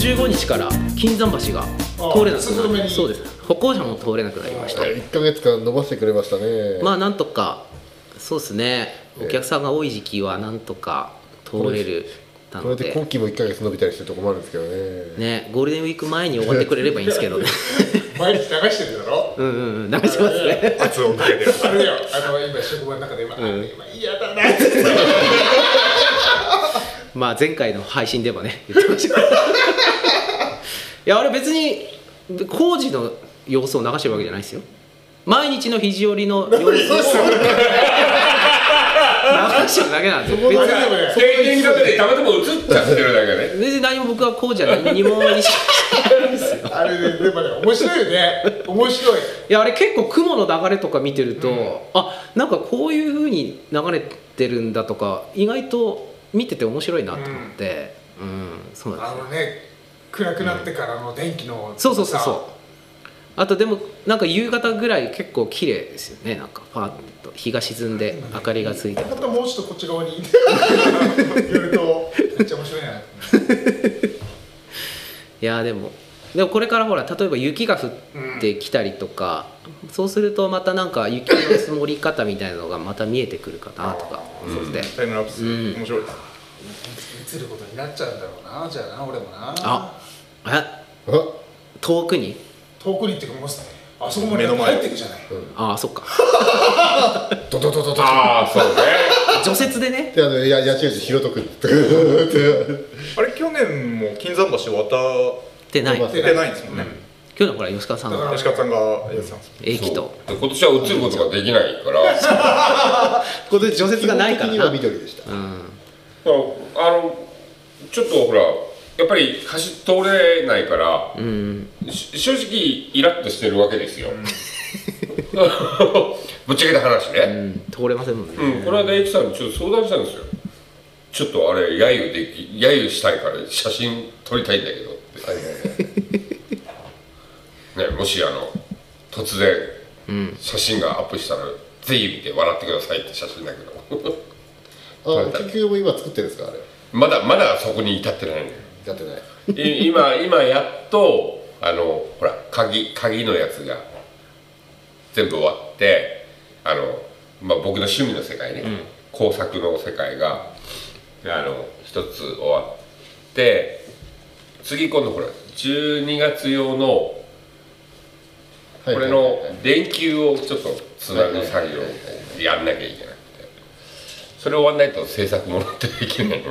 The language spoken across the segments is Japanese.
15日から金山橋が通れなくなる。そうです。歩行者も通れなくなりました。 1ヶ月間伸ばしてくれましたね。 まあなんとか、そうですね、お客さんが多い時期はなんとか通れる。 これで後期も1ヶ月伸びたりするとこもあるんですけどね。 ゴールデンウィーク前に終わってくれればいいんですけどね。 毎日流してるだろ。 流しますね。 圧をかけてる。あれよ、今職場の中で今嫌だなって。 まあ前回の配信でもね言ってました。いやあれ別に工事の様子を流してるわけじゃないですよ。毎日の肘折の様子を流してるだけなんですよ。 経験だけでたまたま映っちゃってるだけね。 別に何も僕は工事は何にも意識してないんですよ。 あれね、でもね、面白いよね。面白い。 いやあれ結構雲の流れとか見てると、なんかこういう風に流れてるんだとか意外と見てて面白いなと思って、そうなんですよ。 暗くなってからの電気の、 そうあとでもなんか夕方ぐらい結構綺麗ですよね。なんかパーッと日が沈んで明かりがついて、 またもうちょっとこっち側に寄るとめっちゃ面白いな。 いやでもこれからほら例えば雪が降ってきたりとか、そうするとまたなんか雪の積もり方みたいなのがまた見えてくるかなとか思って、 タイムラプス面白いです。映ることになっちゃうんだろうな。じゃあな、俺もな。 遠くにっていうか、もうあそこまで入っていくじゃない。 そっか。 ドドドドド。 ああ、そうね。 除雪でね。 で八千代ひろとくん。 あれ去年も金山橋渡ってないんですもんね。 去年ほら吉川さんがやってたんです。 駅と。 今年は映ることができないから。 今年除雪がないからな。 緑でした。 ちょっとほら。やっぱり通れないから、正直イラッとしてるわけですよ。ぶっちゃけた話ね。 通れませんもんね。 この間駅さんにちょっと相談したんですよ。ちょっとあれ揶揄したいから写真撮りたいんだけどってね、もし突然写真がアップしたらぜひ見て笑ってくださいって写真だけど。 結局も今作ってるんですかあれ。 まだそこに至ってないのよ。 やってない。 今やっとほら鍵のやつが全部終わって、僕の趣味の世界ね、工作の世界が一つ終わって、次今度ほら12月用のこれの電球をちょっとつなぐ作業をやんなきゃいけなくて、それ終わんないと制作ものってできないの。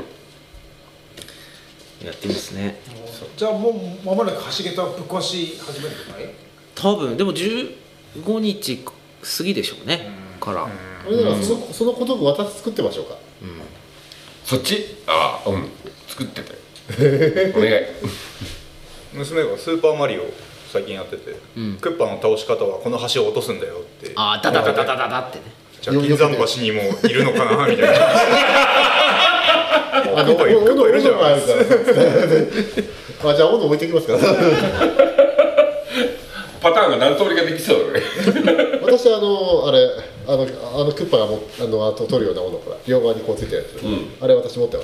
やってますね。 じゃあもう間もなく橋桁ぶっ壊し始めるんじゃない？ 多分でも15日過ぎでしょうね。から。 そのことを私作ってましょうか。 そっち？作ってて。お願い。 娘がスーパーマリオ最近やってて、クッパの倒し方はこの橋を落とすんだよって。 ダダダダダダダってね。 じゃあ金山橋にもいるのかなみたいな。クッパいるじゃないですか。 じゃあ斧置いてきますから。 パターンが何通りかできそうだね。 私クッパが取るような斧、ほら両側にこうついてるやつ、あれ私持ってます。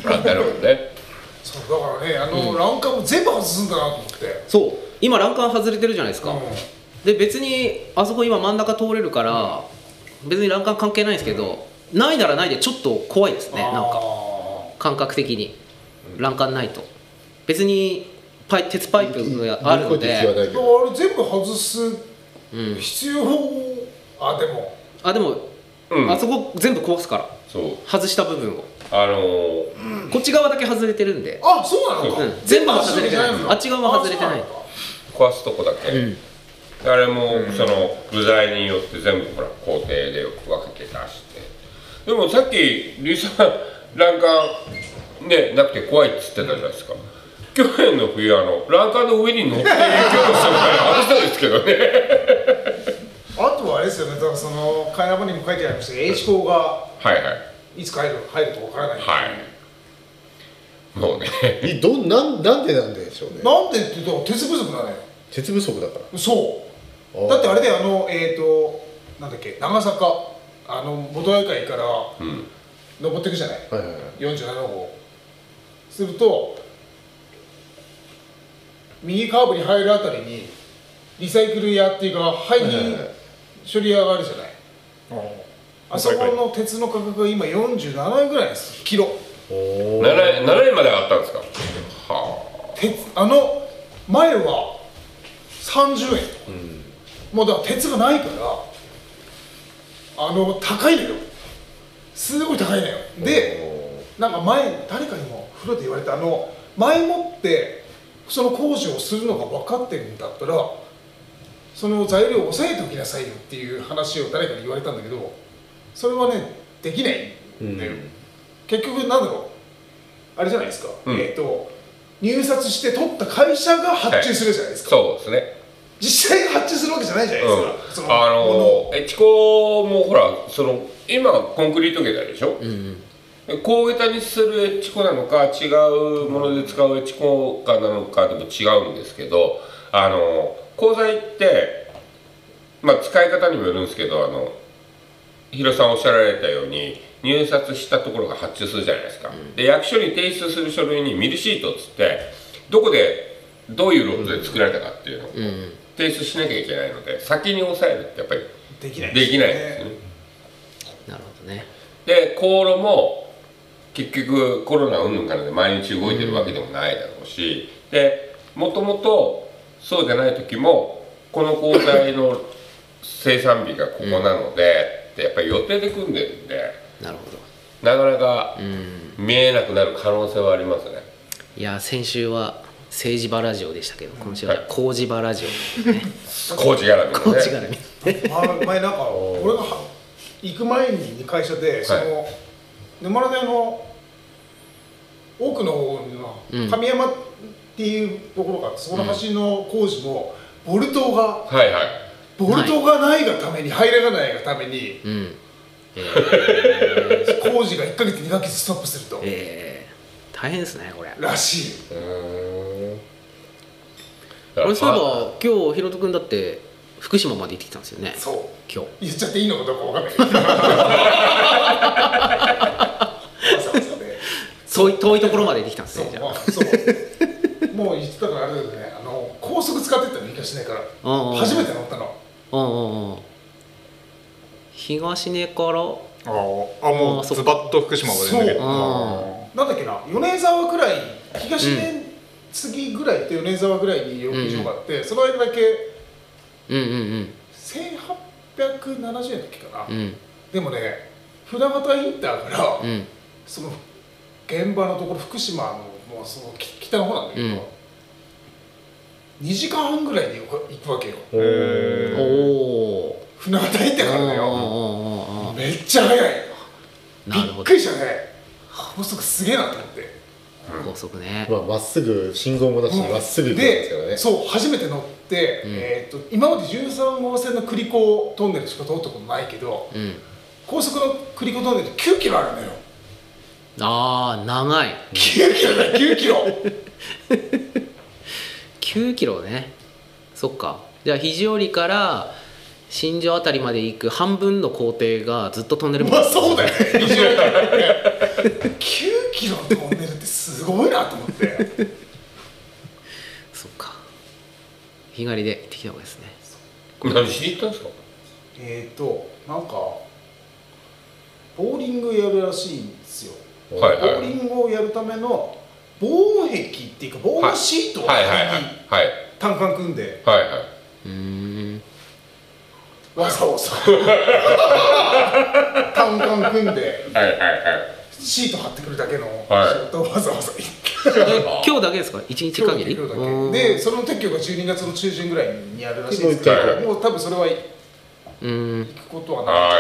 なるほどね。 そうだからね、欄干も全部外すんだなと思って。 そう今欄干外れてるじゃないですか。で別にあそこ今真ん中通れるから、別に欄干関係ないんですけど、ないならないでちょっと怖いですね。なんか感覚的に欄干ないと別に鉄パイプがあるので、 あれ全部外す必要、でも、あそこ全部壊すから、外した部分をこっち側だけ外れてるんで。 そうなのか。 全部は外れてない。あっち側は外れてない。 壊すとこだけ。あれもその部材によって全部ほら工程で分けて出して。でもさっきリーさん欄干ねなくて怖いっつってたじゃないですか。去年の冬欄干の上に乗って影響したのがあったんですけどね。 あとはあれですよね。だからその会話にも書いてありましたけど、H校がいつ入るかわからない。 もうね。 なんでなんでしょうね。 なんでって言うと鉄不足なのよ。 鉄不足だから。 そう。だってあれでなんだっけ、長坂元谷会から登っていくじゃない。47号。すると右カーブに入るあたりにリサイクル屋っていうか廃品処理屋があるじゃない、あそこの鉄の価格が今47円ぐらいですキロ。 7円まで上がったんですか。はあ、前は30円、もうだから鉄がないから高いのよ、すごい高いのよ。でなんか誰かにも風呂で言われた、前もってその工事をするのが分かってるんだったらその材料を抑えておきなさいよっていう話を誰かに言われたんだけど、それはねできないんだよ、結局なんだろうあれじゃないですか、入札して取った会社が発注するじゃないですか、 そうですね。 実際発注するわけじゃないじゃないですか、 エチコもほら今コンクリート桁でしょ、高桁にするエッチコなのか違うもので使うエッチコかなのかでも違うんですけど、鋼材って、使い方にもよるんですけどヒロさんおっしゃられたように入札したところが発注するじゃないですか、で役所に提出する書類にミルシートっつってどこでどういうロットで作られたかっていうのを提出しなきゃいけないので、先に抑えるってやっぱりできないですよね。 なるほどね。 で高炉も結局コロナ云々からで毎日動いてるわけでもないだろうし、でもともとそうじゃない時もこの鋼材の生産日がここなので、ってやっぱり予定で組んでるんで、 なるほど、 なかなか見えなくなる可能性はありますね。 いや先週は政治場ラジオでしたけど、今週は工事場ラジオ、ね、 工事絡みのね。 工事絡み前なんか俺が行く前に会社で沼田の奥の方の神山っていうところがそこの橋の工事もボルトがないがために入らないがために工事が1ヶ月2ヶ月ストップすると大変ですねこれらしい。 俺そういえば今日ひろとくんだって福島まで行ってきたんですよね。 そう今日言っちゃっていいのかどうかわかんない遠いところまで行ってきたんですね。じゃあそうもう言ってたからあれだけどね、高速使ってったの東根から初めて乗ったの。 東根からもうズバッと福島まで出る。 なんだっけな、米沢くらい東根次ぐらいって米沢ぐらいに養鶏場があって、その間だけ1870円だっけかな、でもね船形インターから、その現場のところ福島のもうその北の方なんだけど、2時間半ぐらいで行くわけよ。船形インターからだよ。めっちゃ速い。びっくりしたね。高速すげえなと思って。 高速ね。 まっすぐ信号もなしまっすぐ行くんですからね。 そう初めて乗って、今まで13号線の栗子トンネルしか通ったことないけど、高速の栗子トンネル9キロあるんだよ。 ああ長い。 9キロだ9キロ 9キロね。そっか。じゃあ肘折から新庄あたりまで行く半分の工程がずっとトンネル。 まあそうだよね。肘折からね9キロのトンネルってすごいなと思ってそっか。日帰りで行ってきた方がいいですね。 何しに行ったんですか。 なんかボーリングやるらしいんですよ。ボーリングをやるための防音壁っていうか防音シートを単管組んでわざわざ単管組んでシート貼ってくるだけの仕事をわざわざ今日だけですか。1日限りで、その撤去が12月の中旬ぐらいにやるらしいですけど、もう多分それは行くことはない。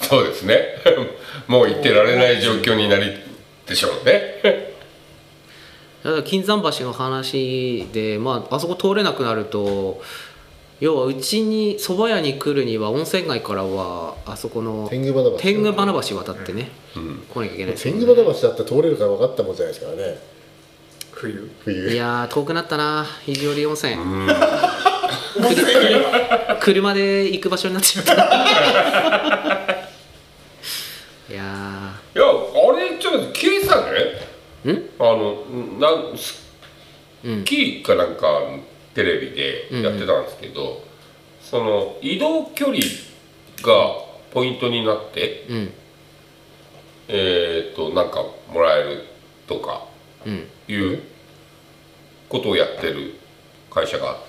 そうですねもう行ってられない状況になりでしょうね金山橋の話で、あそこ通れなくなると、要はうちに蕎麦屋に来るには温泉街からはあそこの天狗花橋渡ってね、来なきゃいけないですよね。 天狗花橋だったら通れるか分かったもんじゃないですからね。冬いやー遠くなったな肘折温泉車で行く場所になっちゃったいやあれちょっと計算ね、 キーかなんかテレビでやってたんですけど、その移動距離がポイントになって、なんかもらえるとかいうことをやってる会社があって、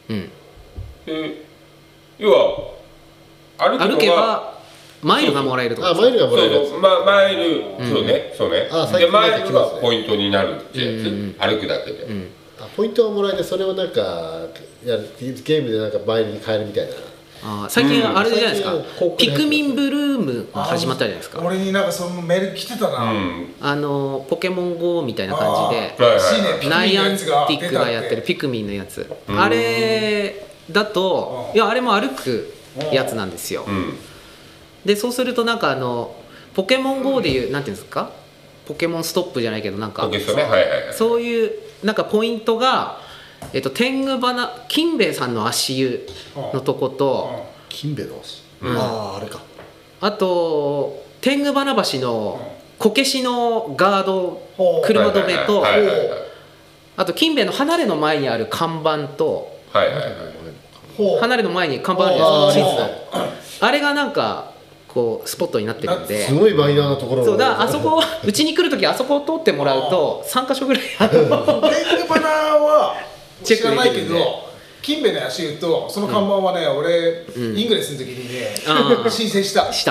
要は歩けばマイルがもらえるとか。 マイルがもらえるやつ。 マイル、そうね。でマイルがポイントになるってやつ、歩くだけで。 ポイントがもらえて、それをなんかゲームでなんかマイルに変えるみたいな。 最近あれじゃないですか、ピクミンブルーム始まったじゃないですか。 俺になんかそのメール来てたな。 ポケモン GO みたいな感じでナイアンティックがやってるピクミンのやつ、あれだと、いやあれも歩くやつなんですよ。でそうするとなんかポケモン GO でいうなんていうんですか、ポケモンストップじゃないけど、なんかそういうなんかポイントが天狗花金兵衛さんの足湯のとこと、 金兵衛の足、あれか、 あと天狗花橋のこけしのガード車止めと、あと金兵衛の離れの前にある看板と、離れの前に看板あるじゃないですか、地図のあれがなんかこうスポットになってるんで、 すごいマイナーなところ。 そうだ、あそこうちに来るときあそこを通ってもらうと3カ所ぐらい天狗花は知らないけど、金兵衛の足湯とその看板はね、俺イングレスの時にね申請した。 やっぱ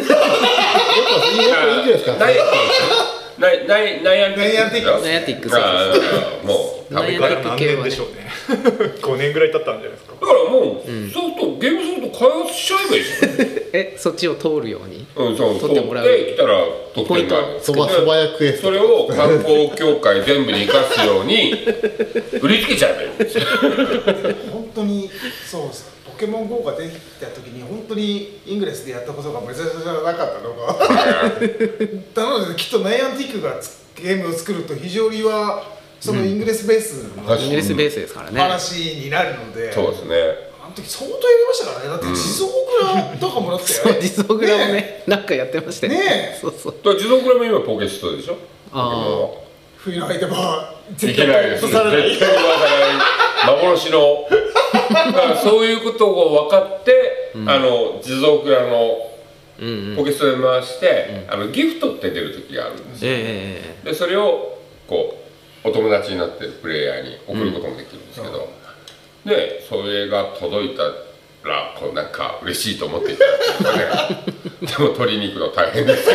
イングレスか。 ナイアンティック。もう何年でしょうね。5年ぐらい経ったんじゃないですか。 だからもうそうとゲームソフト開発しちゃえばいいじゃん。そっちを通るように取ってもらう。で来たら得点がそば屋クエスト。 それを観光協会全部に生かすように売りつけちゃえばいいんですよ。 本当にそうです。ポケモン GO が出てきた時に本当にイングレスでやったことが珍しくなかったのがなのできっとナイアンティックがゲームを作ると非常にはそのイングレスベースのイングレスベースですからね、 話になるので、 そうですね。 あの時相当やりましたからね。だって地蔵蔵とかもらってそう地蔵蔵もねなんかやってましたよね。 そうそう。 地蔵蔵も今ポケストでしょ。 冬の間は絶対絶対に幻のそういうことを分かって地蔵蔵のポケストで回してギフトって出る時があるんですよ。でそれをこうお友達になってるプレイヤーに送ることもできるんですけど、でそれが届いたらこうなんか嬉しいと思っていただけるとねでも取りに行くの大変です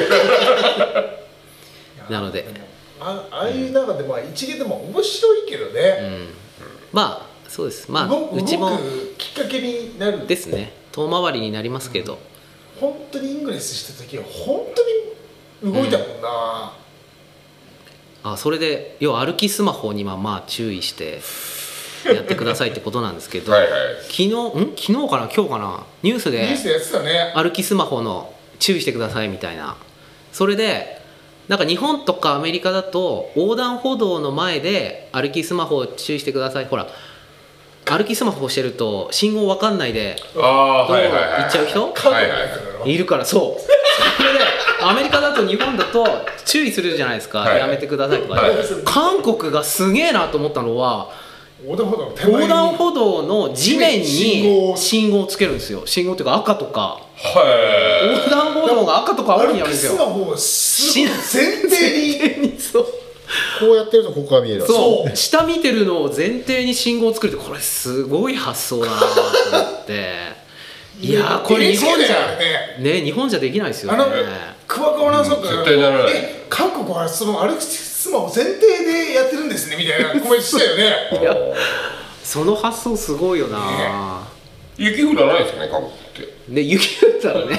なのでああいう中で一芸でも面白いけどね、 まあそうです。まあうちも動くきっかけになるですね。遠回りになりますけど、 本当にイングレスした時は本当に動いたもんな、 それで要は歩きスマホにはまあ注意してやってくださいってことなんですけど昨日かな今日かなニュースでやってたね、 歩きスマホの注意してくださいみたいな。それでなんか日本とかアメリカだと横断歩道の前で歩きスマホを注意してください。ほら歩きスマホをしてると信号分かんないで道路行っちゃう人いるから、そうそれでアメリカだと日本だと注意するじゃないですか、やめてくださいとか、韓国がすげえなと思ったのは横断歩道の地面に信号をつけるんですよ。信号っていうか赤とか横断歩道が赤とか青になるんですよ。 歩きスマホを前提にそうこうやってるとここが見える。 そう下見てるのを前提に信号を作るってこれすごい発想だなと思っていやこれ日本じゃね日本じゃできないですよね。 クワクワなそっか絶対ならない韓国はその歩きスマホ前提でやってるんですねみたいなコメントしたよねいやその発想すごいよな。 雪降らないですよね韓国ってね雪降ったらね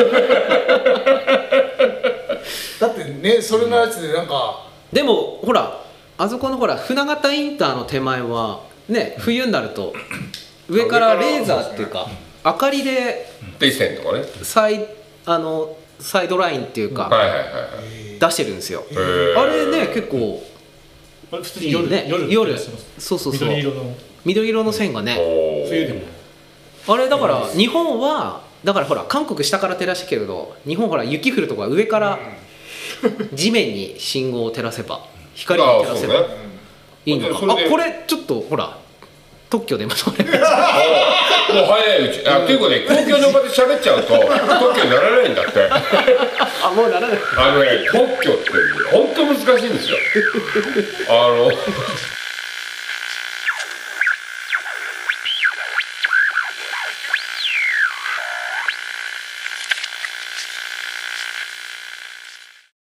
だってねそれのやつでなんかでもほらあそこのほら船形インターの手前はね冬になると上からレーザーっていうか明かりで電線とかねサイドラインっていうか出してるんですよ。あれね結構普通に夜そう緑色の線がね冬でもあれだから日本はだからほら韓国下から照らしてけれど日本ほら雪降るとか上から地面に信号を照らせば光を照らせばいいのか。あ、これちょっとほら特許でまとめる。もう早いうち。っていうかね、公共の場で喋っちゃうと特許にならないんだって。 あ、もうならない。 特許って本当難しいんですよ。